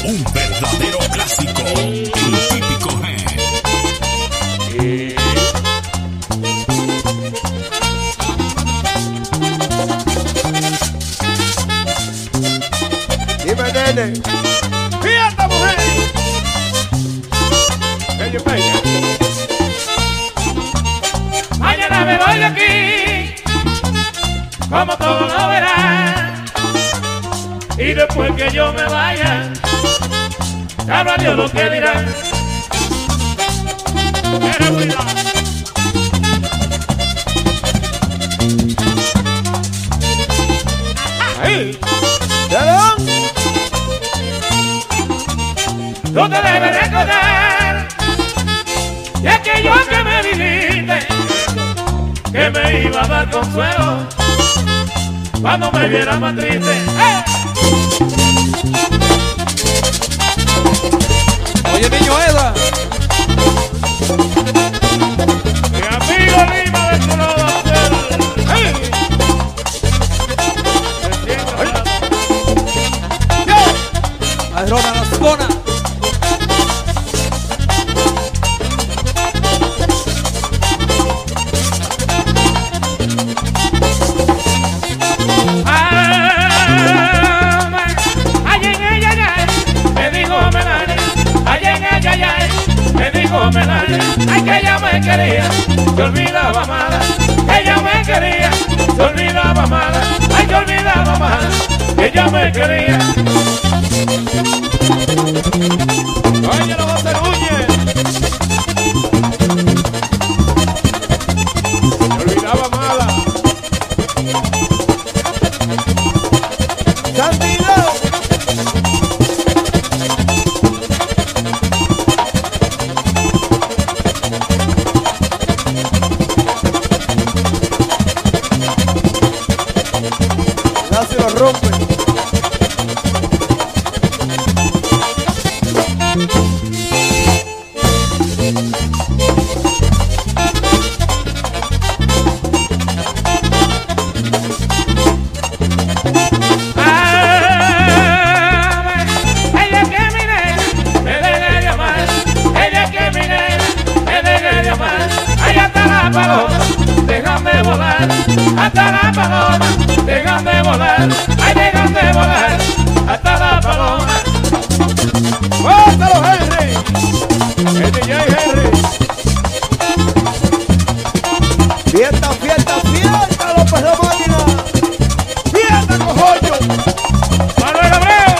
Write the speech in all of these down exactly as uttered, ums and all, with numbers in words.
Un verdadero clásico. Un típico G. Dime, nene. ¡Fíjate, mujer! Bella, bella. Mañana me voy de aquí, como todo lo verán. Y después que yo me vaya, sabrá Dios lo que dirán. Pero cuidado. ¡Ahí! ¡León! Tú te debes recordar de aquello que me dijiste, que me iba a dar consuelo cuando me viera más triste. ¡Eh! Oye, niño Eda. Mi amigo Lima de tu lado. ¡Hey! A Rona la zona. Ay, que ella me quería, se olvidaba amada. Que ella me quería, se olvidaba amada. Ay, que olvidaba amada, que ella me quería. Oye, no va a ser huye. Se olvidaba amada. ¡Santidad! Se lo rompe. Ella que mi nena me deje de amar, ella que mi nena me deje de amar. Ay, hasta la paloma, déjame volar, hasta la paloma, déjame volar, ay, déjame volar, hasta la paloma. ¡Bótalo, Henry! El D J Henry. Fiesta, fiesta, fiesta, López la máquina. Fiesta, cojollo. Manuel Abreu.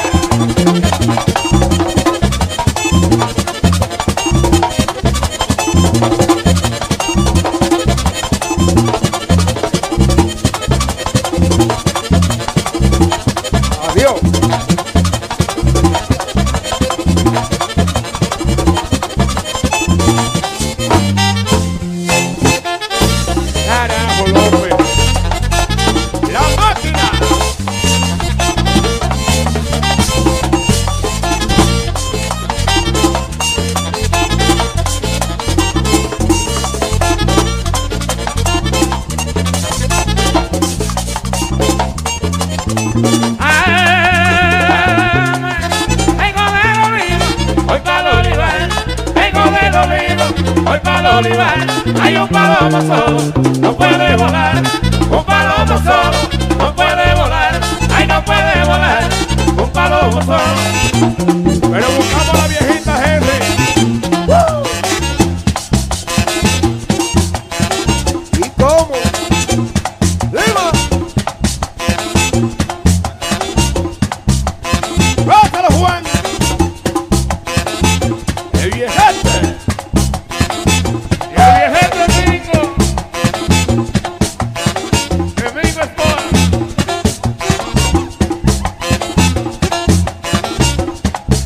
Adiós. Carajo, López. La máquina. Voy para el olivar, hay un palomo solo, no puede volar. Un palomo solo, no puede volar. Ay, no puede volar, un palomo solo. Pero buscamos a la viejita Henry. ¡Woo! ¿Y cómo? ¡Lima! ¡Bátalo, Juan! ¡El viejete! El viejete Mingo, el Mingo Sport.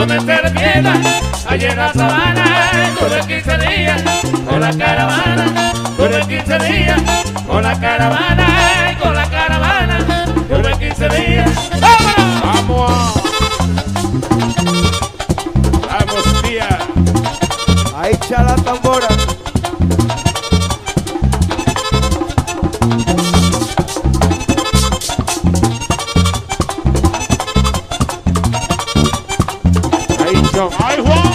comencé de fiesta, allí en la sabana, tuve quince días con la caravana, tuve quince días con la caravana, con la caravana, tuve quince días. ¡Vámonos! Vamos a... Vamos, tía. Ahí echa la tambora. Ahí, John. Ay, Juan.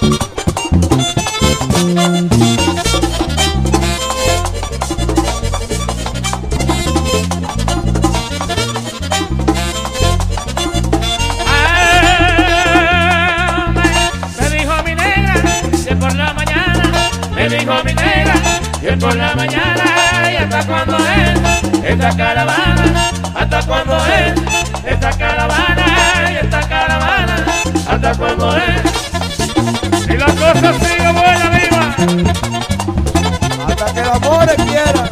Ah, me, me dijo mi negra que por la mañana, me dijo mi negra que por la mañana, y hasta cuando es esta caravana, hasta cuando es esta caravana, y esta caravana, hasta cuando es. Y la cosa sigue buena, viva. Hasta que el amor quiera.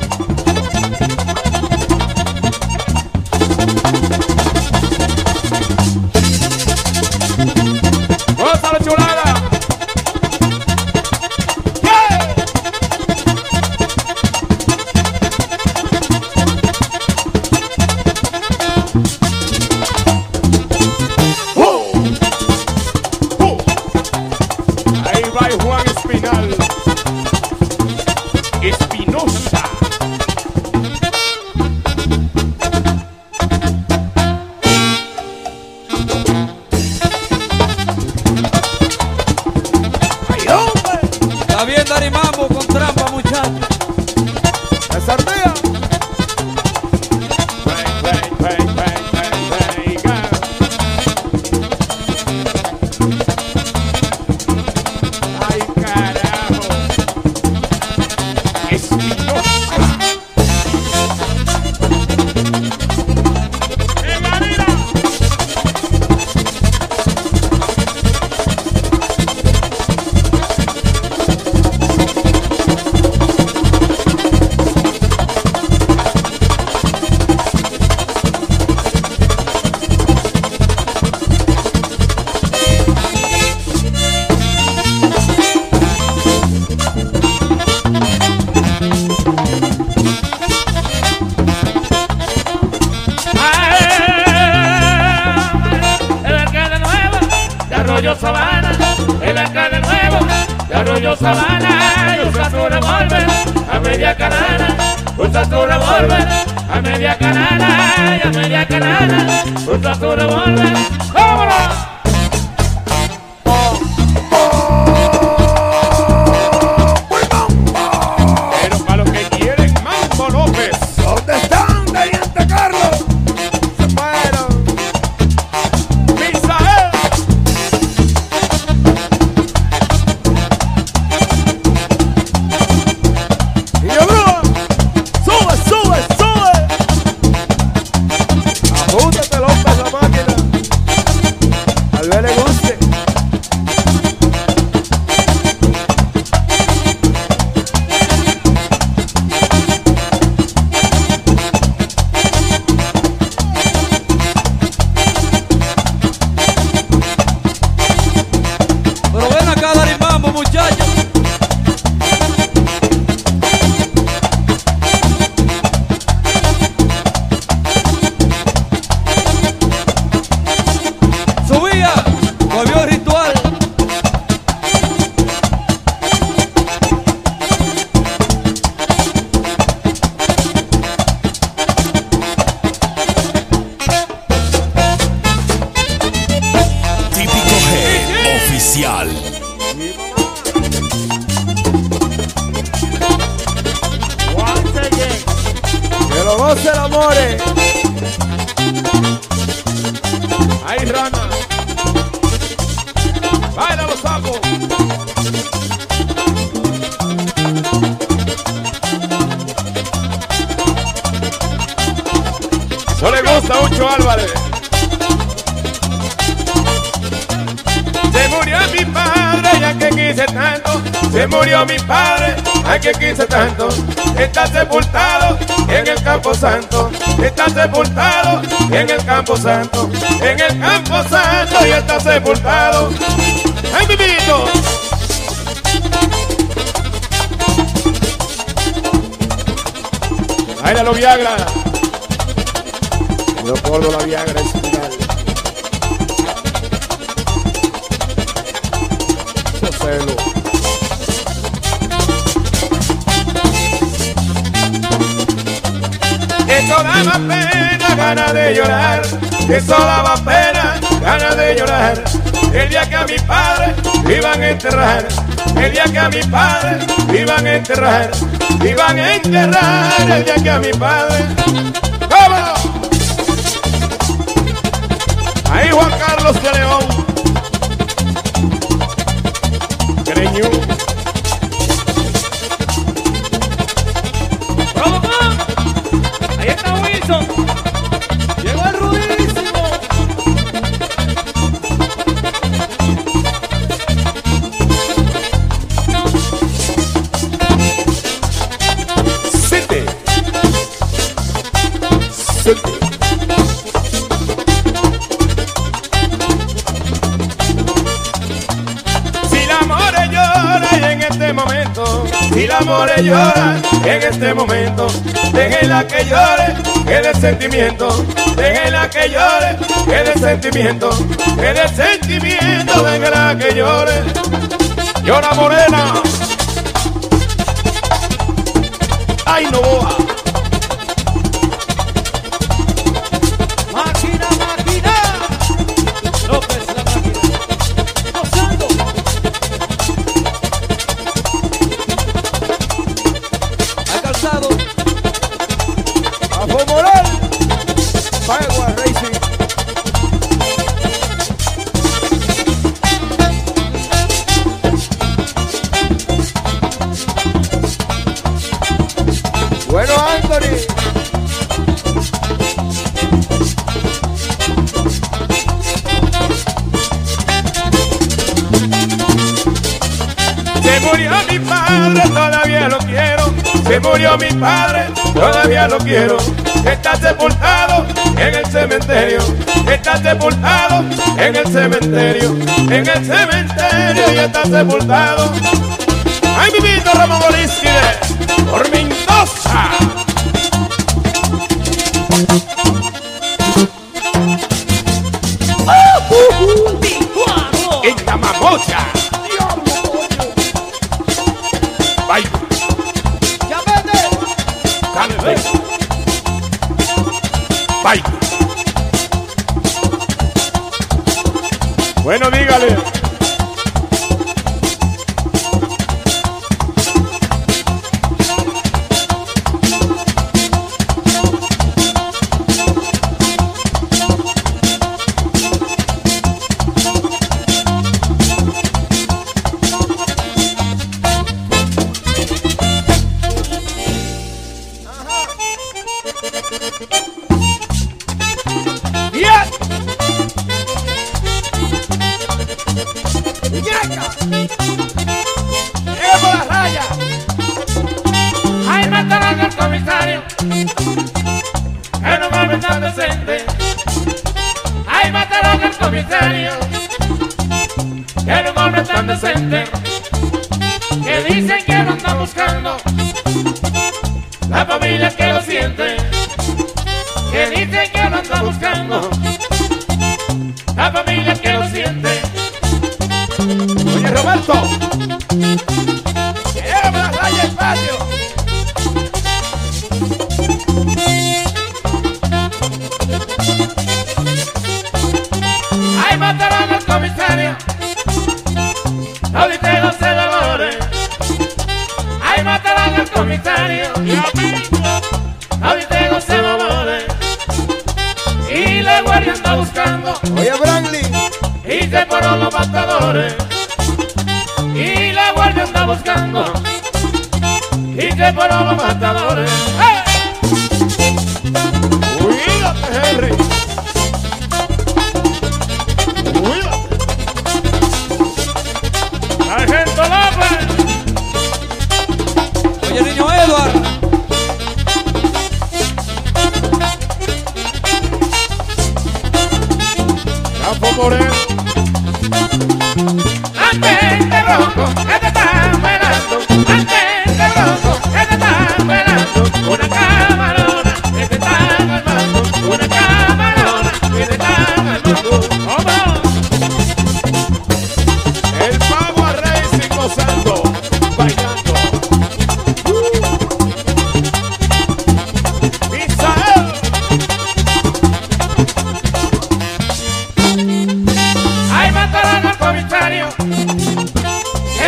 ¡Gózalo, chulada! Ahí va el Juan Espinal. Espinosa. ¡Ay, hombre! Está bien Darimambo con trampa, muchachos. ¡Esa ardilla! Ven, ven, ven, ven, ven, venga. Ay, carajo. Espinosa. Venga, mira. El alcalde nuevo de Arroyo Sabana, el alcalde nuevo de Arroyo Sabana, y usa su revólver a media canana, usa su revólver a media canana, y a media canana, usa su revólver. ¡Vámonos! Pero para los que quieren Mambo López. ¿Dónde están, Teniente Carlos? Se fueron. Misael. Y yo, bro, sube, sube, sube. Ajústate, López, la máquina. Al ver le guste. Pero ven acá Darimambo, muchachos. Subía, volvió el ritual. Típico G oficial. Once again. Que lo goce el amore. Ahí, rana. Baila los sapos. No le gusta mucho Álvarez. Se murió mi padre ya que quise tanto. se murió mi padre, a quien quise tanto. Está sepultado en el campo santo, está sepultado en el campo santo, en el campo santo y está sepultado. ¡Ay, vivito! ¡Ay, la Viagra! No recuerdo la Viagra es final. Celo. Eso daba pena, ganas de llorar. Eso daba pena, ganas de llorar. El día que a mi padre iban a enterrar, el día que a mi padre iban a enterrar, iban a enterrar el día que a mi padre. ¡Vámonos! Ahí Juan Carlos de León. Greñú. Ahí está Wilson. Llegó el rudísimo. Siete. Siete. Si la more llora y en este momento, si la more llora en este momento, déjela que llore, que de sentimiento, déjela que llore, que de sentimiento, que de sentimiento, déjela que llore. Llora morena. Ay, Novoa. Máquina, máquina. López la máquina. Gozando. Al calzado. Afo Moral. Pagua Racing. Bueno, Anthony. Se murió mi padre, todavía lo quiero. Se murió mi padre, todavía lo quiero. Está sepultado en el cementerio. Está sepultado en el cementerio. En el cementerio y está sepultado. ¡Ay, mi vida, Ramón Oliski por Mendoza! ¡En Tamamocha! ¡Vaya! ¡Ya vete! ¡Cante! ¡Vaya! Bueno, dígale. ¡Bien! ¡Llega! ¡Llega por la raya! ¡Ay, mataron al comisario! ¡Que no vuelve tan decente! ¡Ay, mataron al comisario! ¡Que no vuelve tan decente! Que dicen que lo andan buscando la familia que lo siente. Que dicen que lo andan buscando la familia que lo siente. Oye, Roberto. Llega por la raya espacio. ¡Ay, mataron al comisario! Ahorita no se dolores. ¡Ay, mataron al comisario! Ahorita no se dolores. Y la guardia anda buscando Oye, Brantley. y se fueron los matadores. Y la guardia anda buscando y se fueron los matadores. ¡Hey! Cuídate, Henry. Cuídate. ¡Sargento López!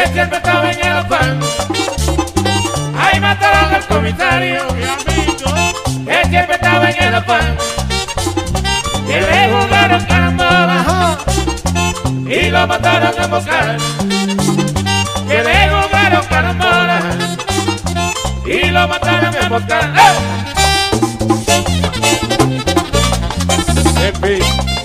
él siempre estaba en el afán. Ahí mataron al comisario, mi amigo. Él siempre estaba en el afán. Que le jugaron carambola y lo mataron a emboscar. Que le jugaron carambola y lo mataron a emboscar. ¡Eh! En fin.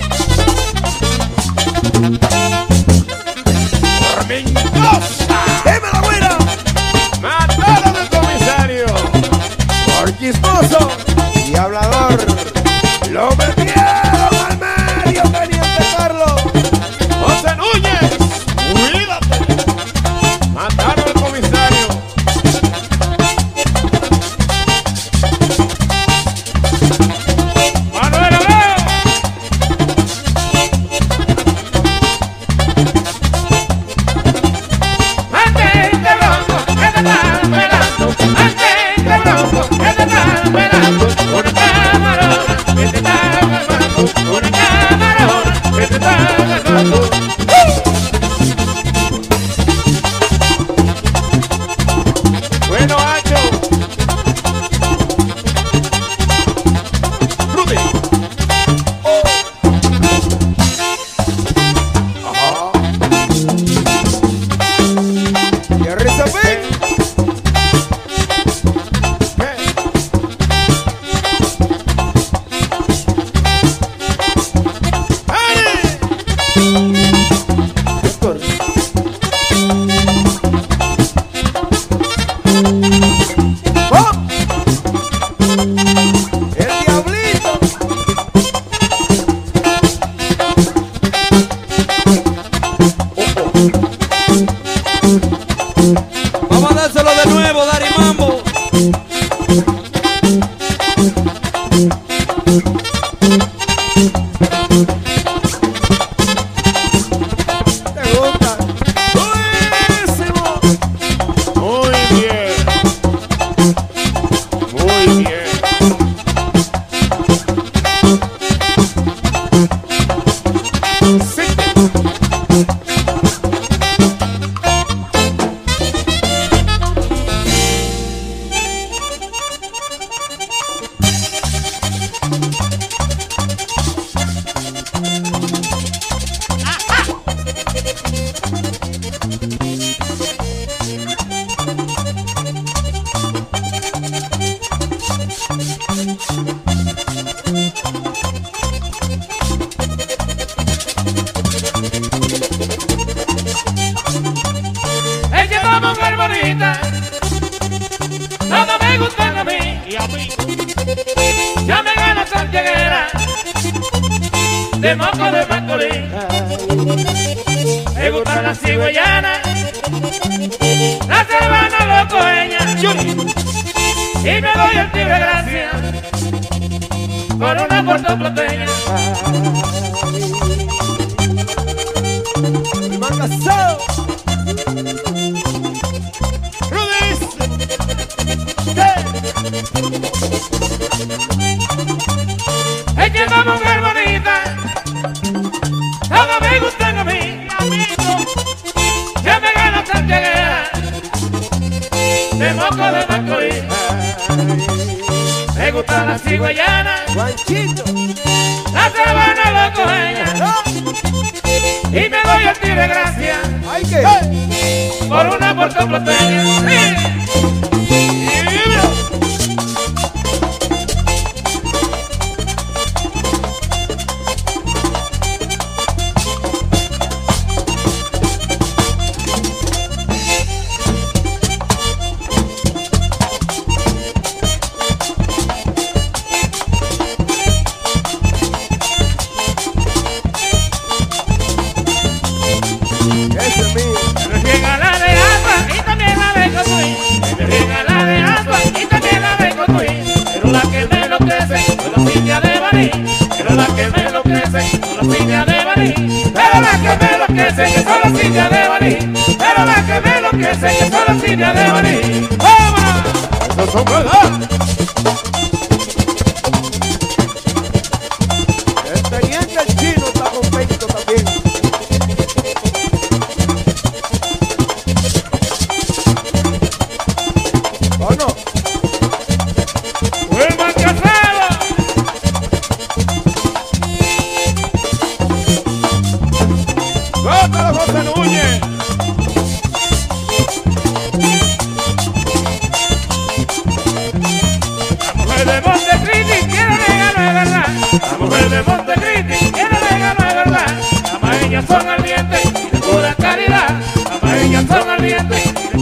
Formigosa. ¡Deme la buena! Mataron al comisario Por chismoso y hablador. Lo metieron al medio, teniente Carlos. José Núñez. Cuídate. Mataron al comisario. Manuel Abreu. Mantente bronco, que te están velando. Mantente bronco, que te están velando. Una camarona que te está calmando. Una camarona que te está calmando. Bueno, Hacho. Rudy. Jerry Zapin. Héctor. ¡Vamos! El diablito. Vamos a dárselo de nuevo, Dari Mambo. ¿Te gusta? ¡Buenísimo! Muy bien. Muy bien. Sí. Ella es una mujer bonita, todo me gustan a mí y a mí. Ya me gana santiaguera, de moco de Macorís. Me gustan las cigüeyanas, las hermanas locoeñas. Y me doy el tiro de gracia con una puertoplateña. Mi man casado. Rudis. Ella es una mujer bonita, todo me gustan a mí, amigo. Ya me gano santiaguera, de moco de Macorís. Me gustan las cigüeyanas, Juanchito. las hermanas locoeñas. Y me doy el tiro de gracia ¡Ay, qué! por una puertoplateña. Sí. Ese es mío. Me riega la de agua y también la de cotuí. Me riega la de agua y también la de cotuí. Pero la que me enloquece son las indias de Baní. Pero la que me enloquece son las indias de Baní. Pero la que me enloquece que son las indias de Baní. Pero la que me enloquece que son las indias de Baní. ¡Vámonos! ¡Eso son verdad! El teniente el chino está contento también.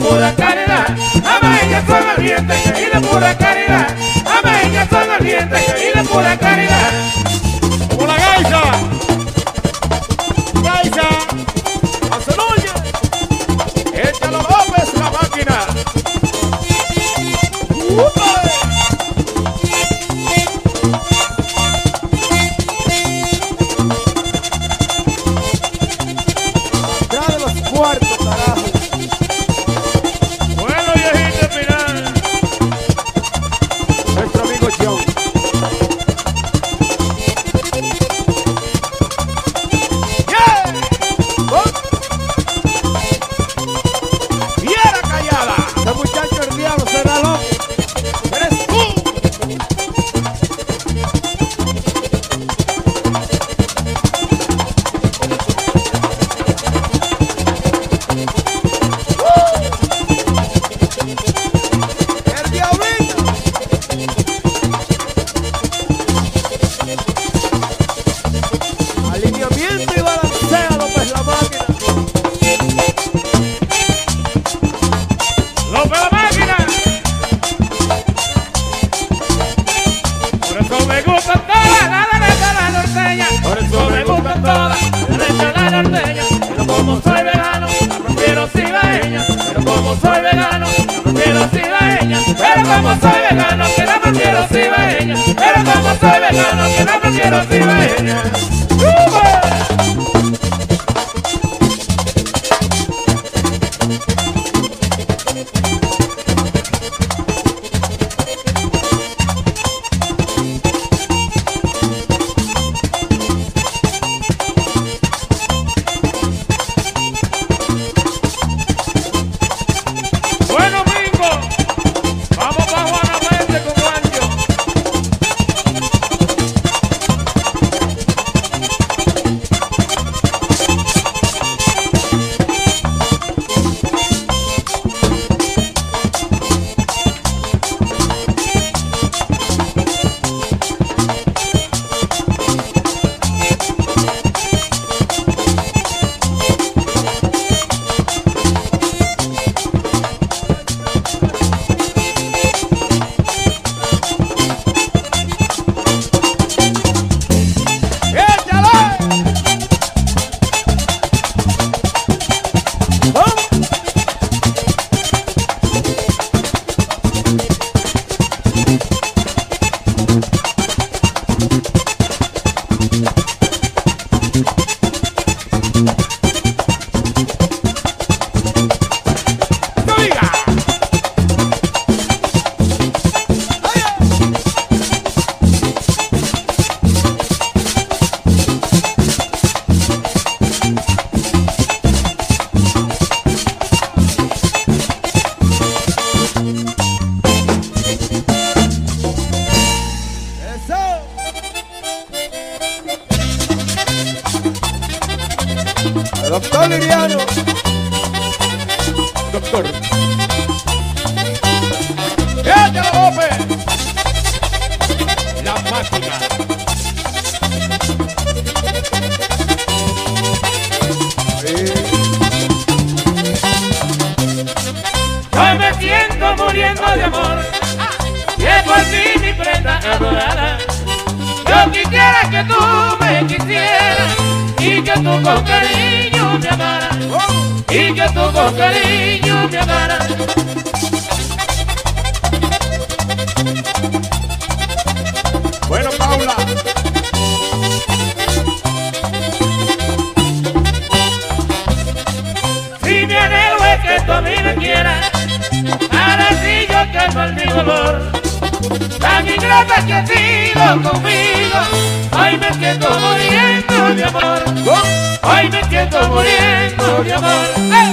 pura caridad, amarillas son ardientes y de pura caridad, amarillas son ardientes y de pura caridad. Como la gaisa, gaisa, Aceluye, échalo López la máquina. ¡Upa! Cuarto, carajo. Bueno, viejito final. Nuestro amigo John. ¡Yeah! ¡Oh! ¡Fiera callada! Ese muchacho el diablo será loco. ¡Eres tú! El diablito. Alineamiento y balancea, López la máquina. ¡López la máquina! Por eso me gustan todas las derechas de la norteña. Por eso me gustan todas las derechas de la norteña. Pero como soy vegano, la prefiero cibaeña. Pero como soy vegano, la prefiero cibaeña. Pero como soy vegano, que la prefiero cibaeña. Pero como soy vegano, que la prefiero cibaeña. ¡Sube! Bueno, bingo, vamos para Juanamente con Juancho. ¡Échale! ¡Vamos! ¡No diga! Eso. El doctor Liriano. Doctor. ¡Échale, López! La máquina. Yo me siento muriendo de amor, y es por ti mi prenda adorada. Yo quisiera que tú me quisieras, y que tú con cariño me amaras, y que tú con cariño me amaras. Bueno, Paula. Si mi anhelo es que tú a mí me quieras, ahora sí yo calmo mi dolor. Tan ingrata que has sido conmigo, hoy me siento muriendo de amor. Hoy me siento muriendo de amor. ¡Eh!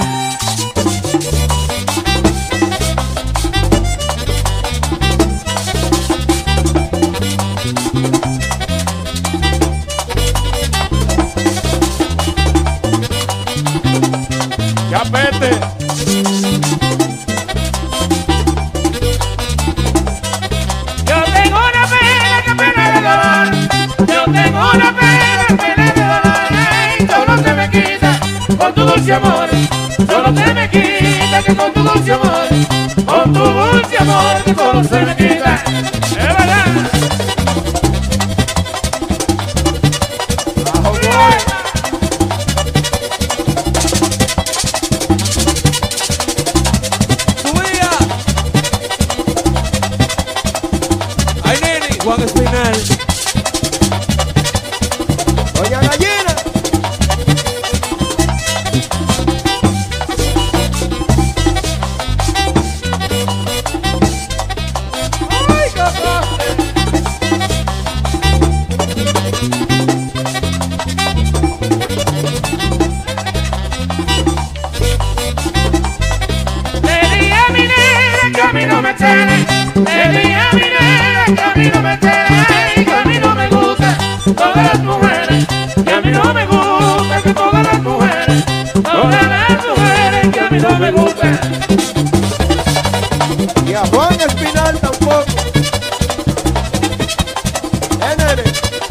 Ya vete. Yo tengo una pena, que pena de dolor. Yo tengo una pena, pena de dolor. Ay, solo se me quita con tu dulce amor. Solo se me quita, que con tu dulce amor, con tu dulce amor, que todo se me quita. Es verdad. Bajo boy. Subía. Ay, nene. Juan Espinal. Doña Gallina. Ay, qué coste. Le di a mi nena que a mí no me tiene. Le di a mi nena que a mí no me tiene. Ay, que a mí no me gusta todas las mujeres. Que a mí no me gusta que todas las mujeres. Todas las mujeres que a mí no me gustan. Y a Juan Espinal tampoco. Eh, nene.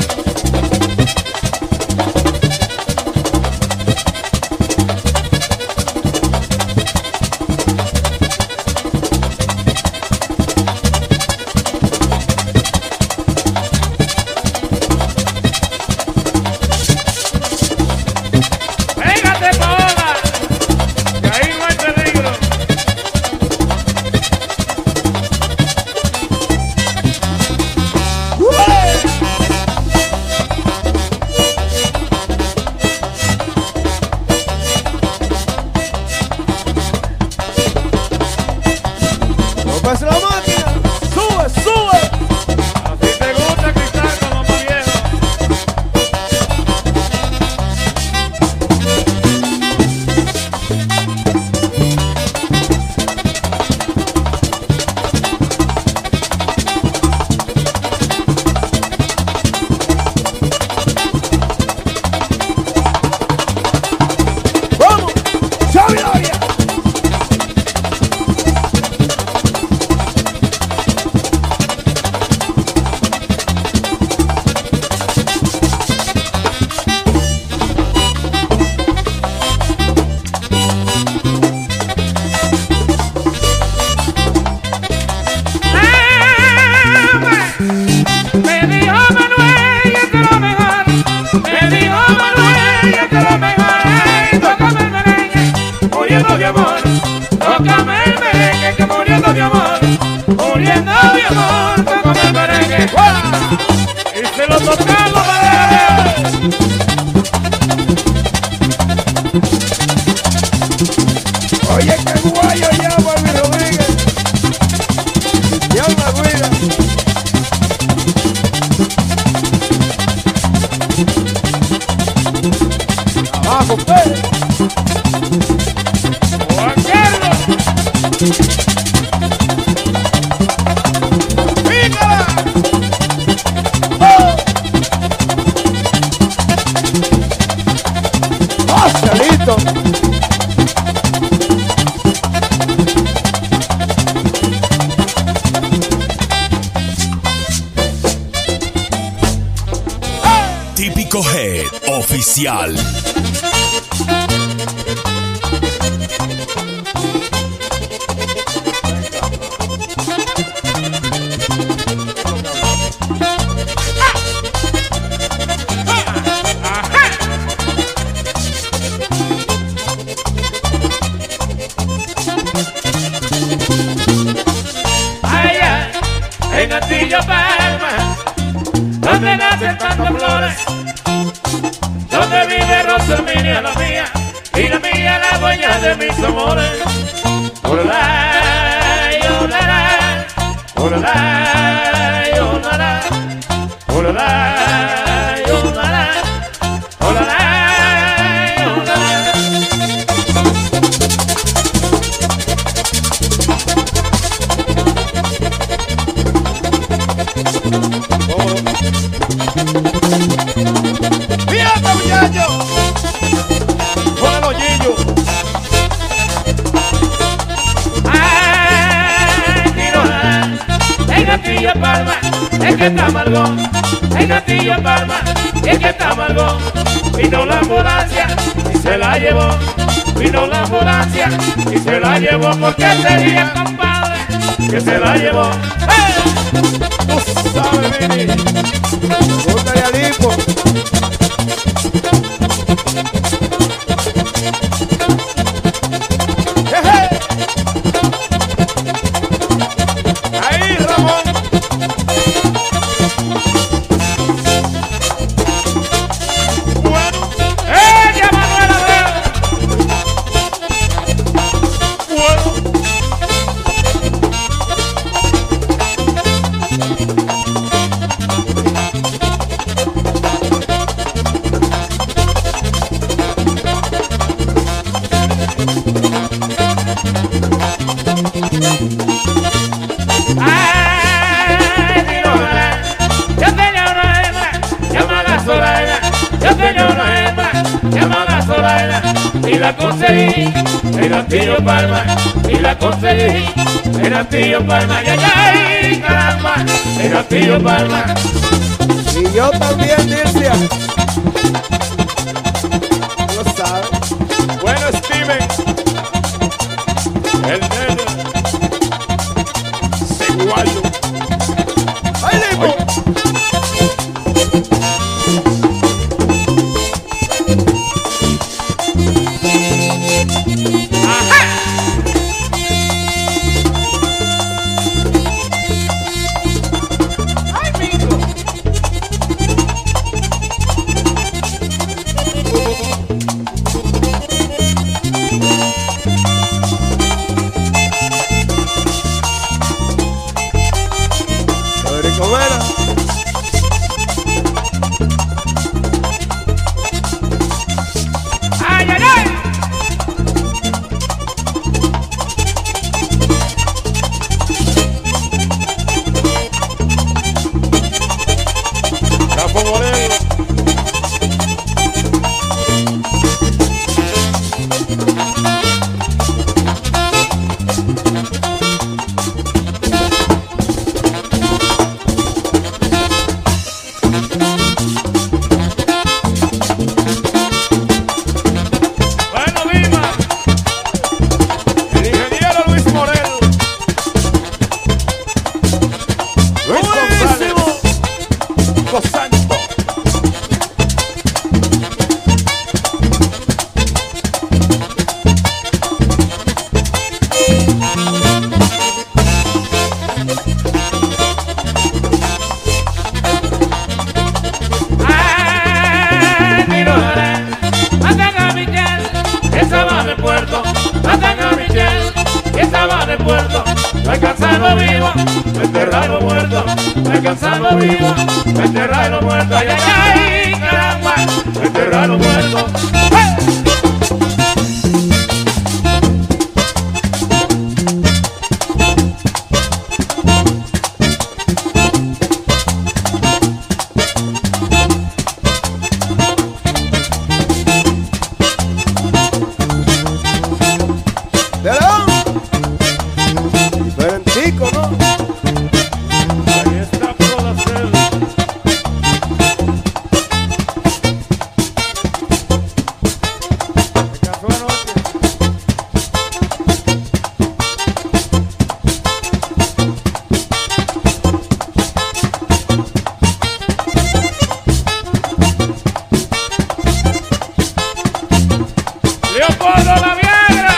Pégate, Paola, que ahí no hay peligro. López la máquina. Sube, sube. Así te gusta, Cristal, como tu viejo. Vamos. Xavi Loria. Me dijo Manuel, y es de lo mejor. Me dijo Manuel, y es de lo mejor. Ay, tócame el merengue, muriendo de amor. Tócame el merengue, que muriendo de amor. Muriendo de amor, tócame el merengue. ¡Guau! Y se lo tocamos, madre. Oye, qué guayo llama Luis Rodríguez. Ya una guira. Abajo, Pérez. Juan Carlos. ¡Pícala! ¡Oh! ¡Ah, Chalito! Típico Head Oficial. Allá en Antillo Palma, donde nacen tantas flores, donde vive Rosa Herminia, la mía, y la mía la dueña de mis amores. Olala, olala, olala, olala, olala, olala, olala, olala. ¡Fíjate, muchacho! Con el hoyillo. Ay, tiro, en Antillo Palma, es que está Malgón. En Antillo Palma, es que está Malgón. Vino la ambulancia y se la llevó. vino la ambulancia y se la llevó porque sería compadre que se la llevó. ¡Eh! Tú sabes, Vini. Gusta de Alipo. Ahí, Ramón. Bueno, ella Manuela Verde. Bueno. Ay, mi Lola, yo tenía una hembra llamada Zoraida, yo tenía una hembra llamada Zoraida y la conseguí en Antillo Palma, y la conseguí en Antillo Palma, ay, ay, ay, caramba, en Antillo Palma. Y yo también, Dircia. Lo sabes. Bueno, Steven, el nene, Seguayo. ¡Ay, Lipo! ¡Ay, mijo! Federico Vera. ¡Ay, ay, ay! Capo Moreno. Bueno, viva el ingeniero Luis Moreno. Luis González Cosanto. Ay, mi Lola, matan a Michelle, esa va del puerto. Matan a Michelle, esa va del puerto. No alcanzarlo vivo, no enterrarlo muerto. No alcanzarlo vivo, no enterrarlo muerto. Ay, ay, ay, caramba, no enterrarlo muerto. ¡Hey! De León. Diferentico, ¿no? Ahí está por hacer. Se casó anoche. Leopoldo La Viagra.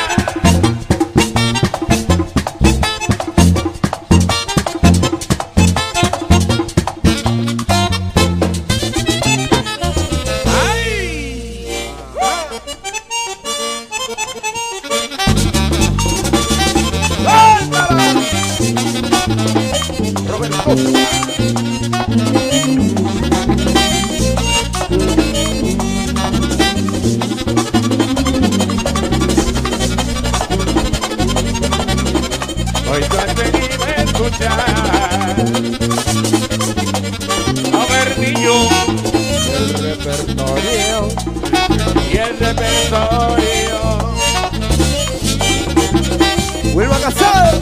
Hoy tú has venido a escuchar a Bertillo El repertorio. y el repertorio. Wilma Casado.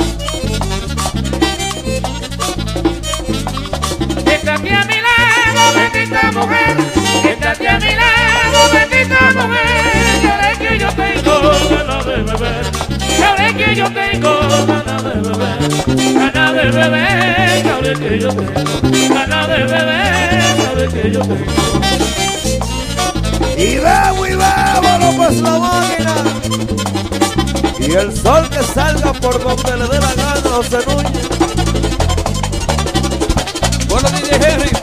Estate a mi lado, bendita mujer. Estate a mi lado, bendita mujer. Yo de que yo tengo tengo ganas de beber, ganas de beber, sabes que yo tengo, ganas de beber, sabes que yo tengo. Y bebo y bebo, no pues la máquina. Y el sol que salga por donde le dé la gana, José Núñez. Bueno, D J Henry.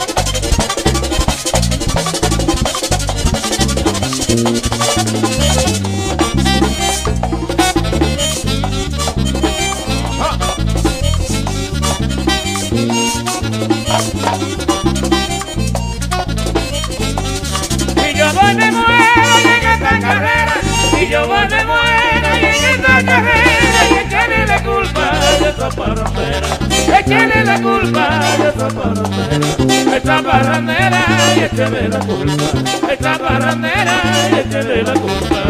Y yo voy me muero y en esta carrera, y yo voy me muero y en esta carrera, y echarle la culpa de esta parrandera, echarle la culpa de esta parrandera, esta parrandera y echarle la culpa, esta parrandera y echarle la culpa.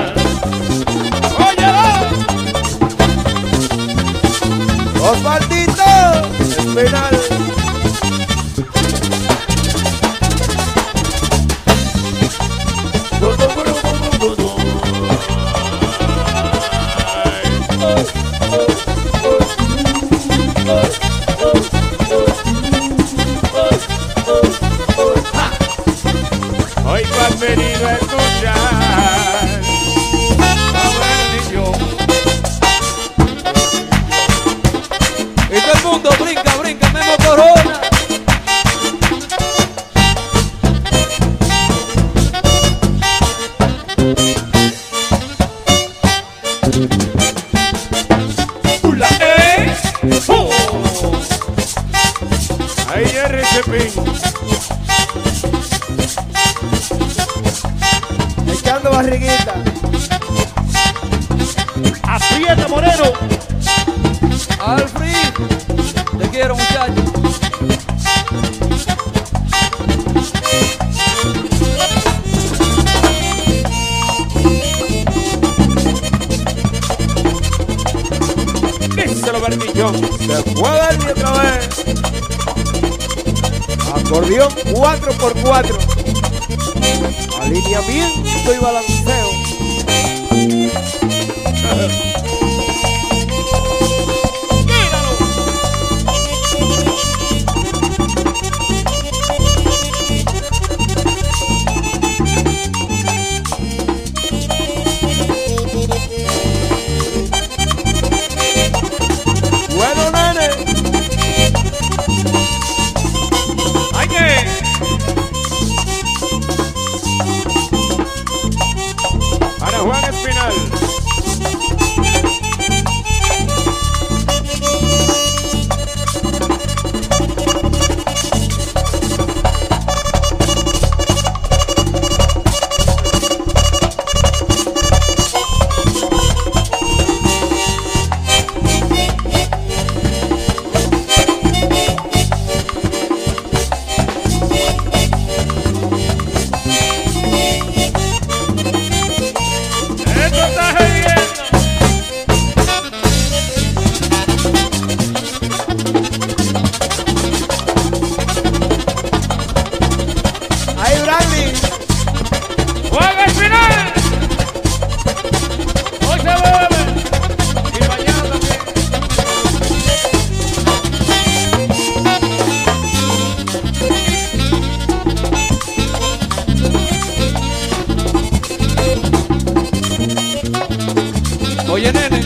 Osvaldito, Espinal. Hoy tú has venido a escuchar a bendición. Y todo el mundo brinca, brinca, Memo Corona. ¡Ula, eh! ¡Oh! Ahí Jerry Cepín. Echando barriguita. Aprieta, Moreno. Alfred, te quiero, muchacho. Díselo, Bernichón. Se puede ver otra vez. Acordeón cuatro por cuatro. Alineamiento y balanceo. Bueno, nene. ¡Ay, que! Para Juan Espinal. Esto está gediendo. Ahí, Bradley. Juan Espinal. Hoy se bebe. Y mañana también. Oye, nene.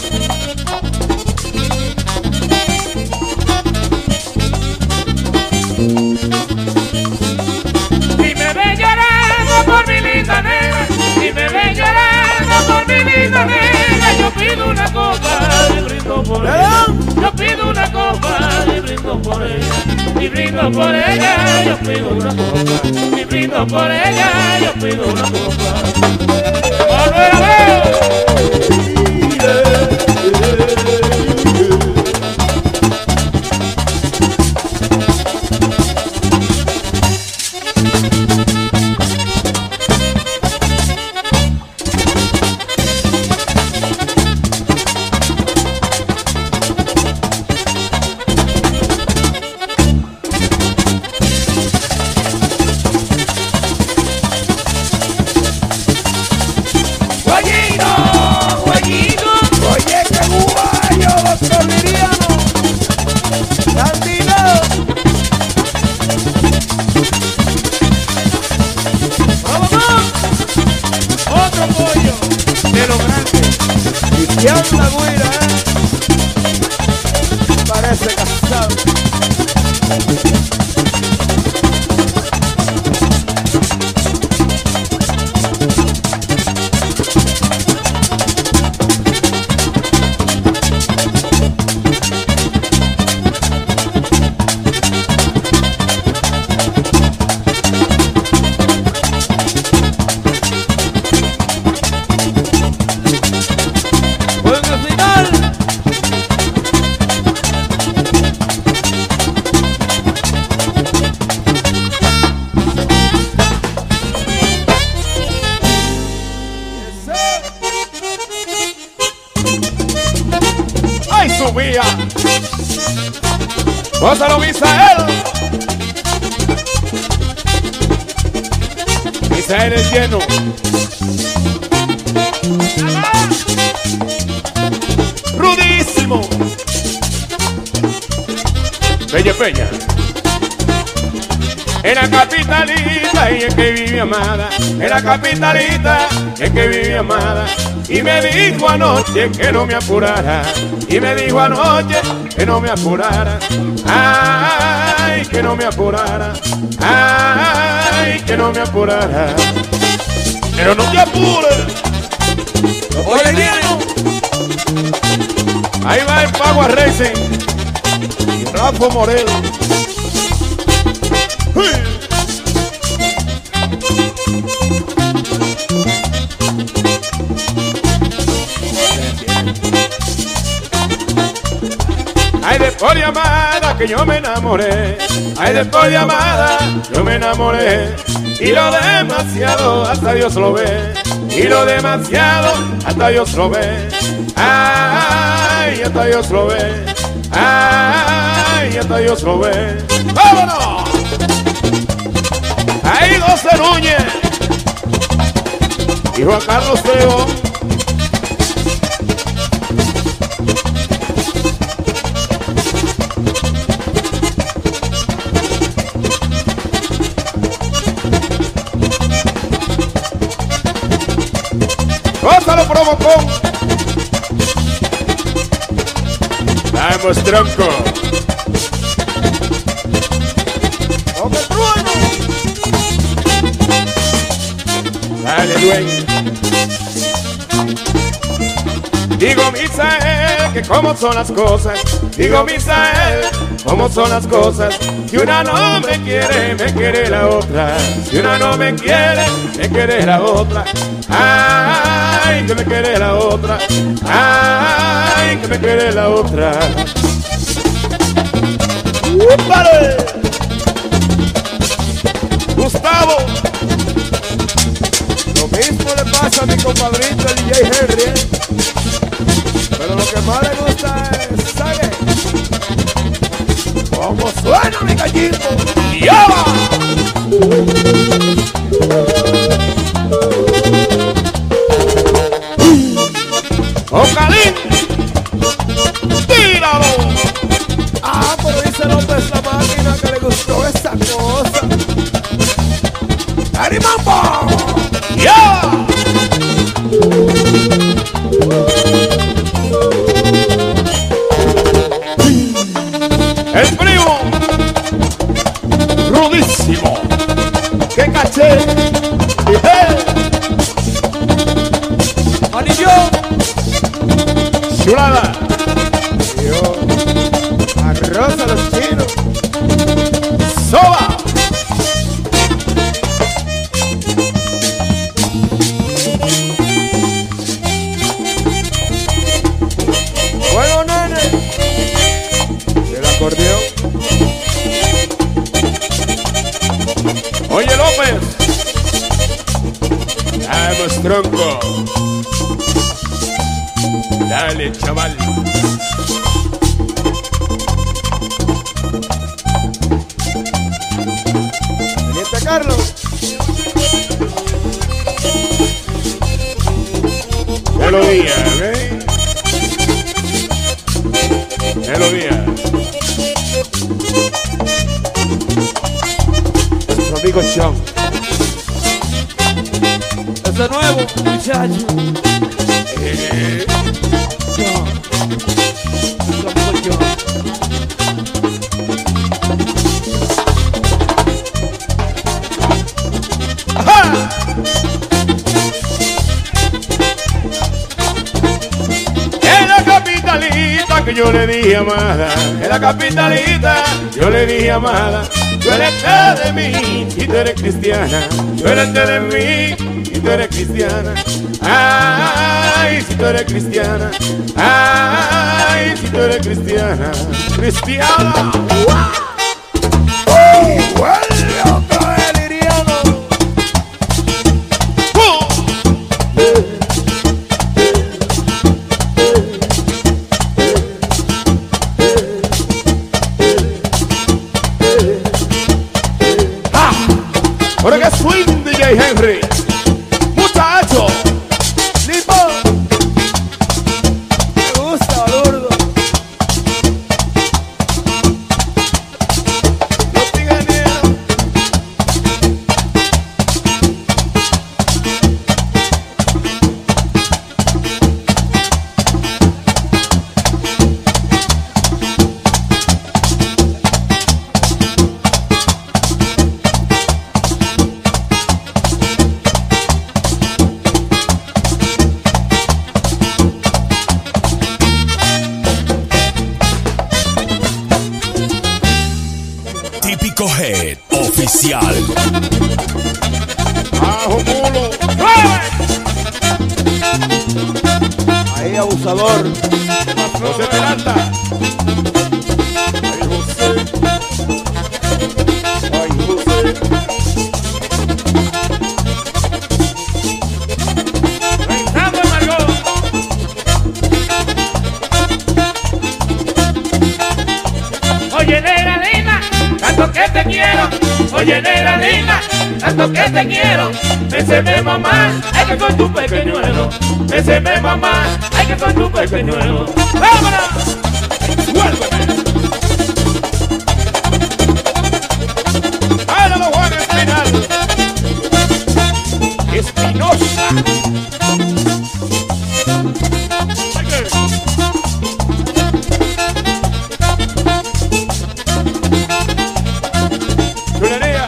Y me ve llorando por mi linda negra, y me ve llorando por mi linda negra. Yo pido una copa y brindo por ella. Yo pido una copa y brindo por ella. Y brindo por ella, yo pido una copa. Y brindo por ella, yo pido una copa. ¡Volver a ver! Guayino, guayino. subía. Gózalo, Misael. Misael es lleno. Rudísimo. Bella Peña. En la capitalita y en que vive amada, en la capitalita y en que vive amada. Y me dijo anoche que no me apurara, y me dijo anoche que no me apurara. Ay, que no me apurara, ay, que no me apurara. Pero no te apures. Oye, Diego. Ahí va el Pagua Racing y Rafa Morelo. Ay, después de amada que yo me enamoré, ay, después de amada yo me enamoré. Y lo demasiado hasta Dios lo ve, y lo demasiado hasta Dios lo ve. Ay, hasta Dios lo ve, ay, hasta Dios lo ve. ¡Vámonos! Ahí José Núñez y Juan Carlos Teo. Gózalo, Provocón. Vamos, tronco. ¡Ojo, trueno! Dale, dueño. Digo, Misael, que cómo son las cosas. Digo, Misael, cómo son las cosas. Si una no me quiere, me quiere la otra. Si una no me quiere, me quiere la otra. Ay, que me quiere la otra. Ay, que me quiere la otra. ¡Vale! Gustavo. Lo mismo le pasa a mi compadrito el D J Henry, ¿eh? Pero lo que más le gusta es, ¿sabe? ¿Cómo suena mi gallito? ¡Llama! ¡Ocalín! ¡Tíralo! Ah, pero dice López la máquina que le gustó esa cosa. ¡Arimambo! ¡Ya! El primo rudísimo. ¡Qué caché! ¡Eh! ¡Anillo! ¡Chulada! Yo, arroz a los chinos. ¡Soba! Bueno, nene. El acordeón. Oye, López. Vamos, tronco. Dale, chaval. Teniente Carlos. Melodía, ¿eh? Melodía. Nuestro amigo Sean. Este nuevo, muchacho. Eh, John. Nuestro amigo John. ¡Ajá! En la capitalita que yo le dije amada, en la capitalita yo le dije amada. Tú eres de mí y tú eres cristiana. Tú eres de mí y tú eres cristiana. Ay, si tú eres cristiana. Ay, si tú eres cristiana. Cristiana. ¡Oh! ¡Vuelve otra vez, Liriano! ¡Uh! Oye, swing D J Henry. Muchacho. Limón. Me gusta, Lourdo. Los tigueros. Típico Head Oficial. Ajo mulo. Ahí, abusador. José Peralta. Ay, José. Ay, José. Pensando en Margot. Oye, negra linda, tanto que te quiero. Oye, negra linda, tanto que te quiero. Béseme, mamá, ay que con tu pequeñuelo. Béseme, mamá, ay que con tu pequeñuelo. ¡Vámonos! Vuélveme. Álvaro Juan Espinal. Espinosa. Chulería.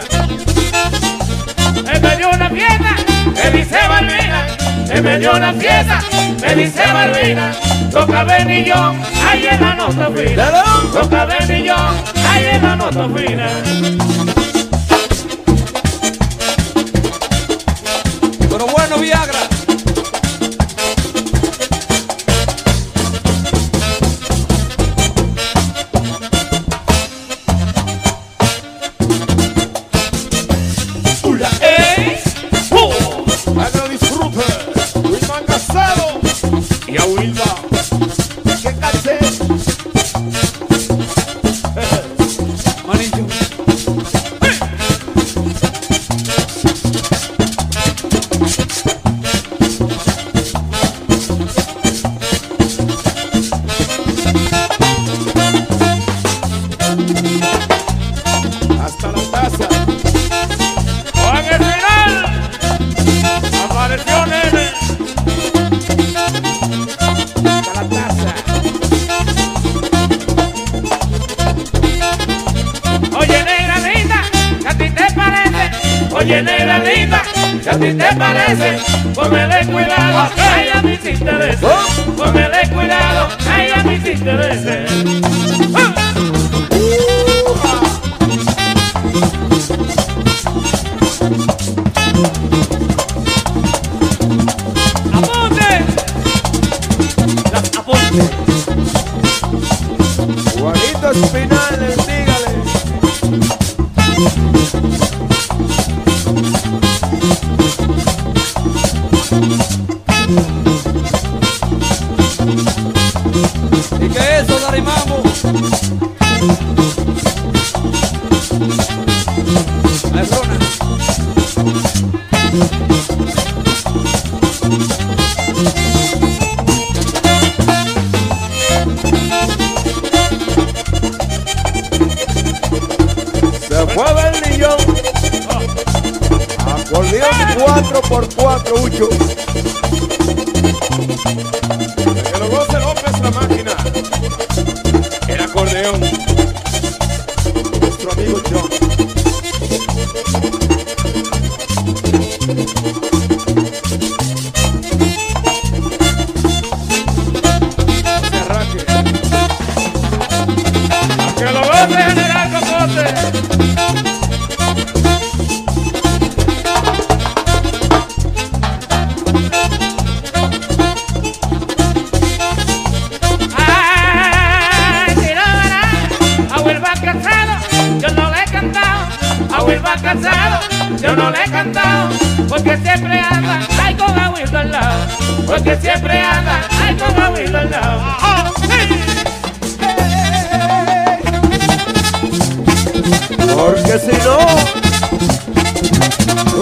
Me dio una fiesta, me dice Balbina. Me dio una fiesta, me dice Balbina. Toca Benillón, ahí en la nota fina. Toca Benillón, ahí en la nota fina. Pero bueno, Viagra. Ula, ¡Eh! ¡Uh! para que lo disfrute. Wilman Casado y a Wilma. ¿Qué calce? Manillo. Hasta la casa. ¡Juan el final! ¡Apareció nene! Hasta la taza. Oye, negra linda, ¿qué a ti te parece? Oye, negra linda, ¿qué a ti te parece? Póngale cuidado, ay, a mí sí te deseo. Póngale cuidado, ay, a mí sí te deseo. ¡Ah! ¡Apunte! Las apunte. Juanito Espinal, dígale. ¿Y qué es eso, Darimamo? La zona. Se mueve el millón. Acordeón cuatro por cuatro, Ucho. Que lo goce López la máquina. El acordeón. Nuestro amigo John. Se arranque. Que lo goce General Cocote. Ay, si no verá, a Wilma Casado, yo no le he cantado. A Wilma Casado, yo no le he cantado. Porque siempre anda, ay, con Agüito al lado. Porque siempre anda, ay, con Agüito al lado. ¡Oh, sí! Porque si no,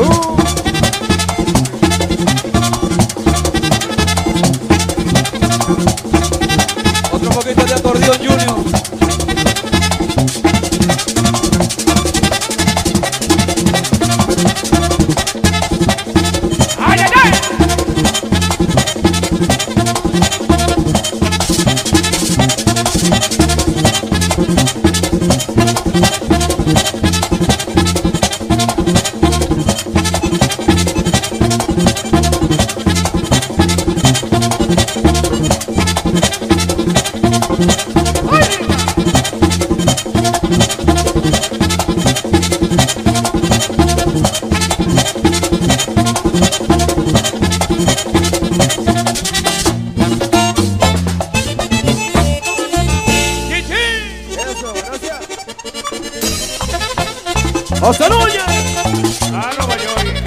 José Núñez a Nueva York.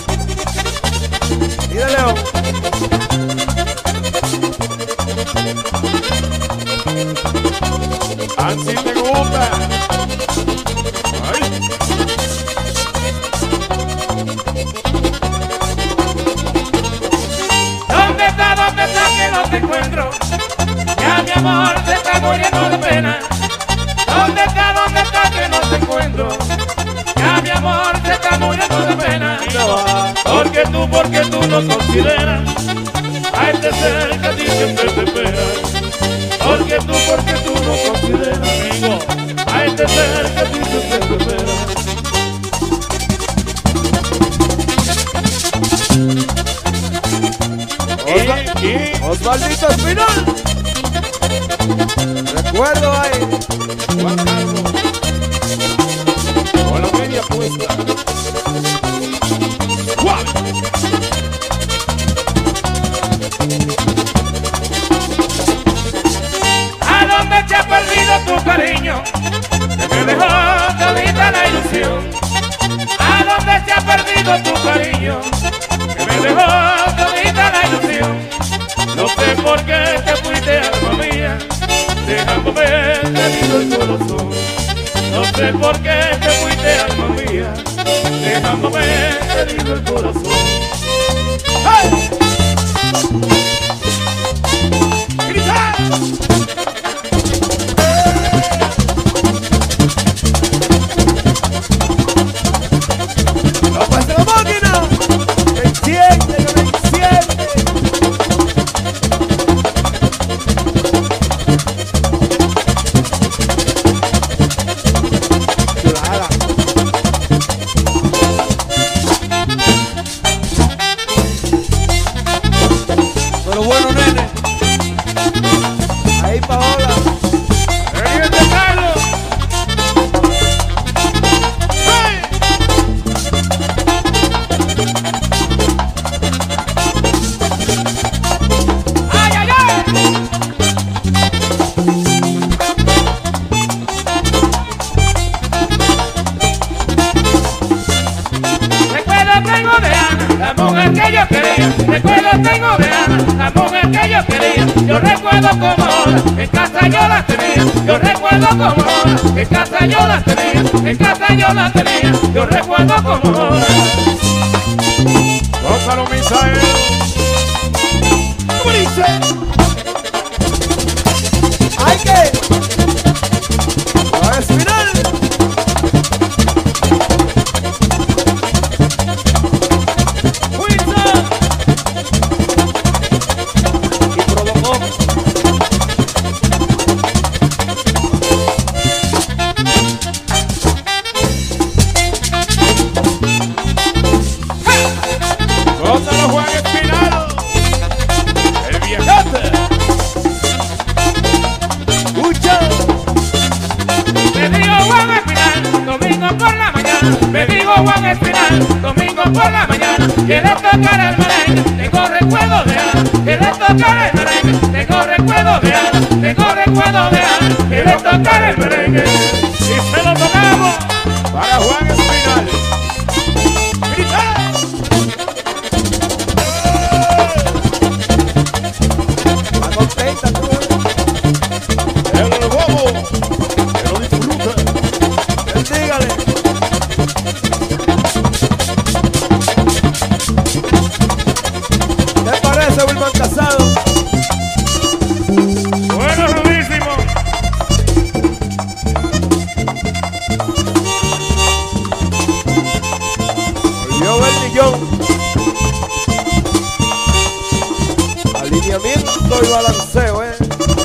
y de León. Ansi te gusta. Ay. ¿Dónde está, dónde está que no te encuentro? Ya mi amor se está muriendo de pena. ¿Dónde está, dónde está que no te encuentro? Ya mi amor se está muriendo de pena. Porque tú, porque tú no consideras a este ser que a ti siempre te espera. Porque tú, porque tú no consideras, amigo, a este ser que a ti siempre te espera. Osva- Y, y Osvaldito Espinal. Recuerdo ahí. Juan Carlos con la media puesta. ¡Guau! ¿A dónde te ha perdido tu cariño? Que me dejó todita la ilusión. ¿A dónde te ha perdido tu cariño? Que me dejó todita la ilusión. No sé por qué te fuiste, alma mía, dejándome herido el corazón. No sé por qué te fuiste, alma mía, dejándome herido el corazón. ¡Hey! ¡Grita! López de la Máquina. Me enciende, que me enciende. Chulada. Pero bueno, nene. Ahí, Paola. ¡Teniente Carlos! ¡Hey! ¡Ay, ay, ay! Recuerdo tengo de Ana, la mujer que yo quería. Recuerdo tengo de Ana, la mujer que yo quería. Yo recuerdo como ahora, en casa yo la tenía. Yo recuerdo como ahora, en casa yo la tenía. En casa yo la tenía. Yo recuerdo como ahora. Gonzalo Misael. ¿Cómo dice? ¡Ay, qué! ¡Juan Espinal! ¡Wilson! Y provocó. Gonzalo Juan Espinal. El viajante. ¡Escucha! Me digo Juan Espinal, domingo por la mañana. Me digo Juan Espinal, domingo por la mañana. Quiero tocar el merengue, tengo recuerdo de Ana. Quiero tocar el merengue, tengo recuerdo de Ana. Tengo recuerdo de Ana. Quiero tocar el merengue. Y se lo tocamos. Para Juan Espinal. ¡Grita! Está contenta tú, ¿eh? El bobo. Que lo disfruta. Él dígale. ¿Qué parece, Wilman Casado? Bueno, rudísimo. Yo el millón. Alineamiento y balanceo, eh.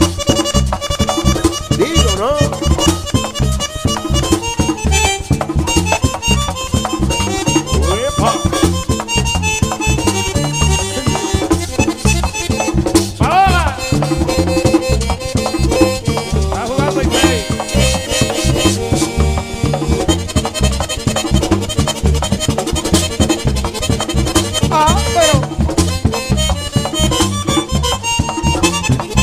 Digo, ¿no? Uepa. Paola. Está jugando y play. Ah, pero.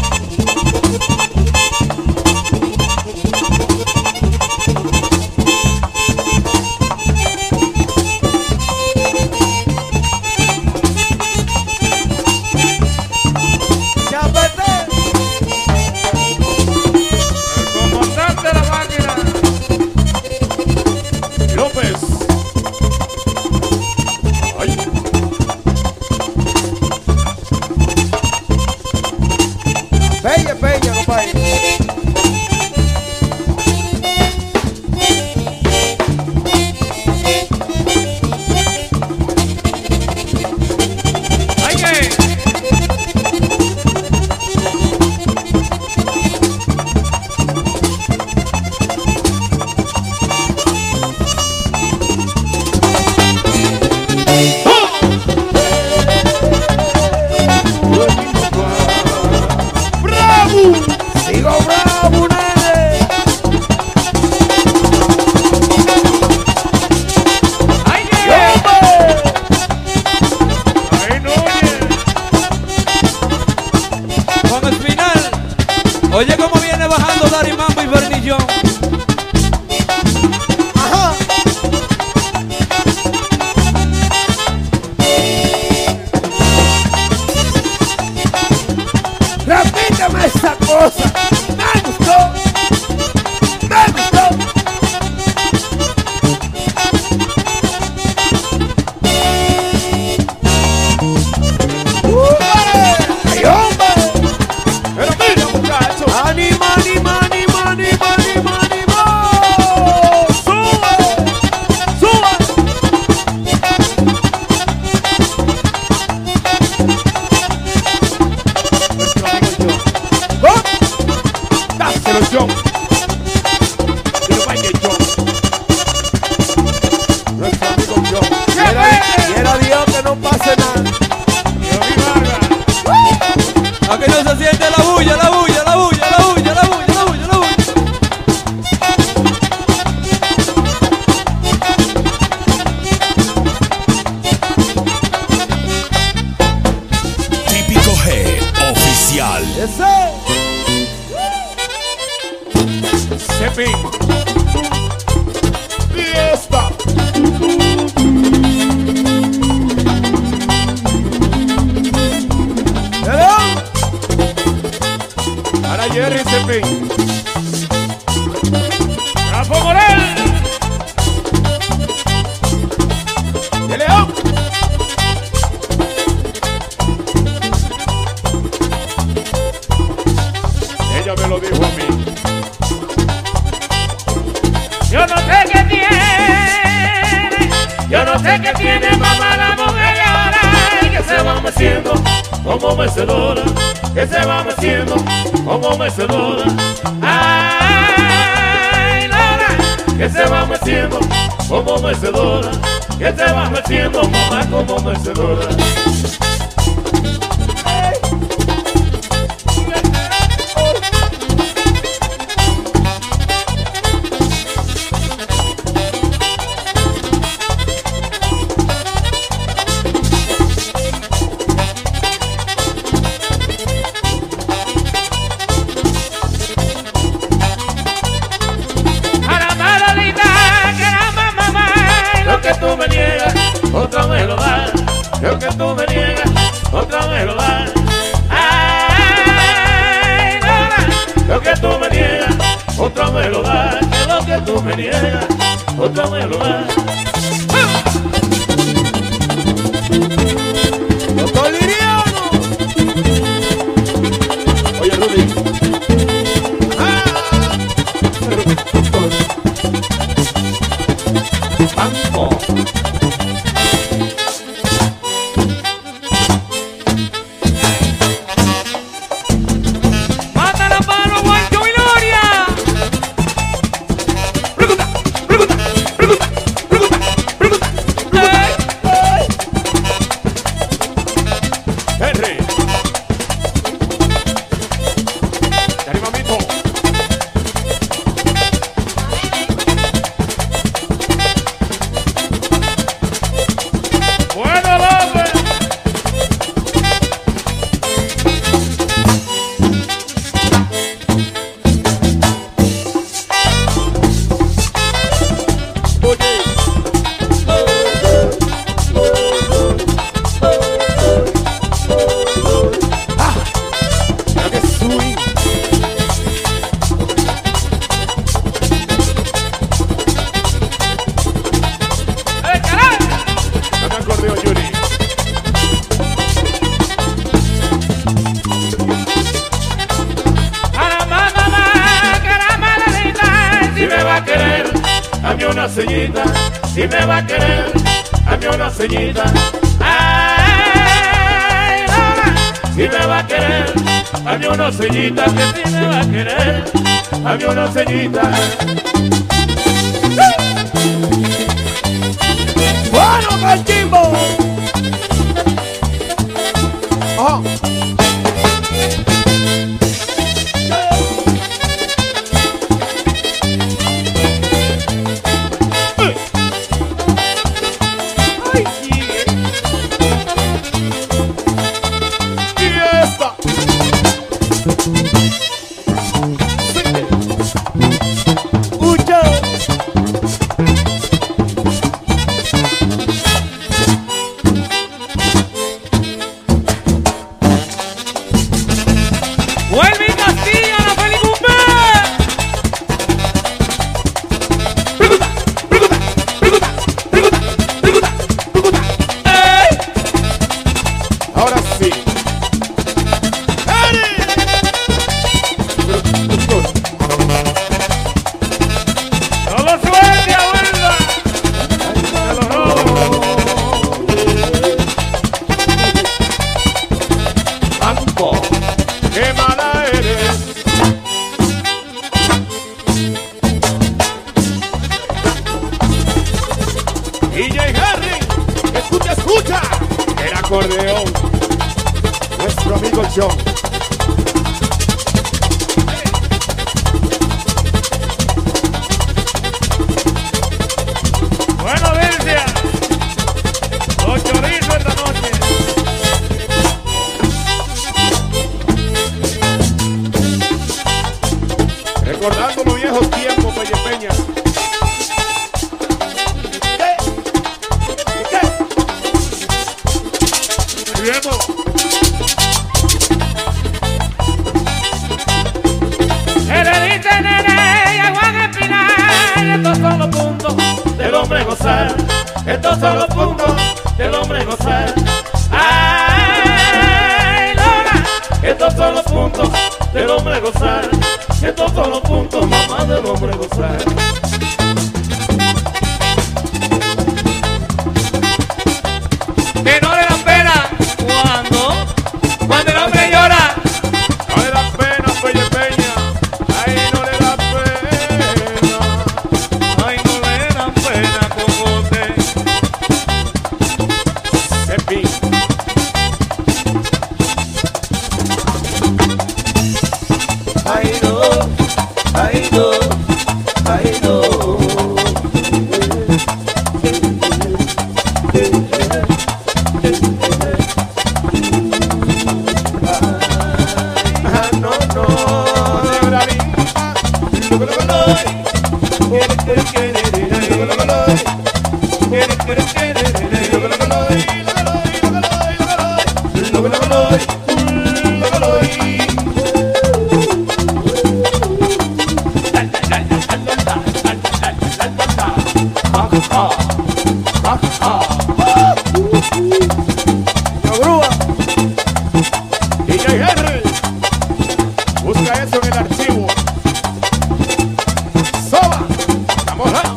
John. Del Valle John. Nuestro amigo John. Quiera, quiera Dios que no pase nada. Aquí no se siente la bulla, la bulla, la bulla, la bulla, la bulla, la bulla, la bulla. Típico G oficial. Ese. Cepín. Fiesta. Para Jerry Cepín. Rafa Morel. De León. Ella me lo dijo a mí. Yo no sé qué tiene, yo no sé qué tiene mamá la mujer y ahora y que se va meciendo como mecedora, que se va meciendo como mecedora. Ay, Lola, que se va meciendo como mecedora, que se va meciendo mamá como mecedora. Tú me niegas, otra me lo das. Lo que tú me niegas, otra me lo das. Ay, Lola, lo que tú me niegas, otra me lo das. Que lo que tú me niegas, otra me lo das. Doctor Liriano. Oye, Rudy. Banco. ¡Mata la mano, Guancho y Gloria! Pregunta, pregunta, pregunta, pregunta, pregunta, pregunta. Henry. De arriba, mito. Bueno, López. Mira que swing. ¡Eh, caray! Dame acordeón, Yuri. A la mamá, que la madrecita, si me va a querer, Dame una ceñita, si me va a querer, dame una ceñita. ay, Lola, Si me va a querer, dame una ceñita, que si me va a querer, dame una ceñita. Bueno, Cachimbo. Ajá. Fiesta. Escucha. acordeón, nuestro amigo John. Bueno, Vilcia, los chorizos esta noche. Recordando los viejos tiempos, Peña Peña. ¿Qué? ¿Qué? Viejo. Se le dice nene y a Juan Espinal, estos son los puntos del hombre gozar. Estos son los puntos del hombre gozar. Ay, Lola, estos son los puntos del hombre gozar. Estos son los puntos, mamá, del hombre gozar. Que no le da pena cuando, cuando el hombre llora. No le da pena, Peña Peña. Ay, no le da pena. Ay, no le da pena como usted. Epi. Ay no, ay no, ay no. Ah, no, no. Señora linda. Lo que lo que lo quiere, quiere, quiere, quiere. Lo que lo que lo quiere, quiere, quiere, quiere. Lo que lo que lo lo que lo lo que lo lo que lo lo La grúa. D J Henry. Busca eso en el archivo. Soba. Vamos a.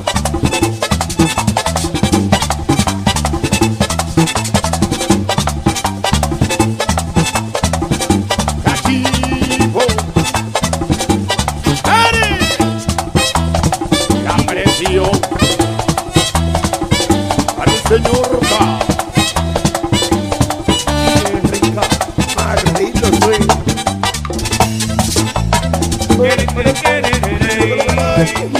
Cachivo. ¡Ari! Ya apareció. Para el señor K. Rica. Margarito Swing. Quiere, quiere, quiere, quiere.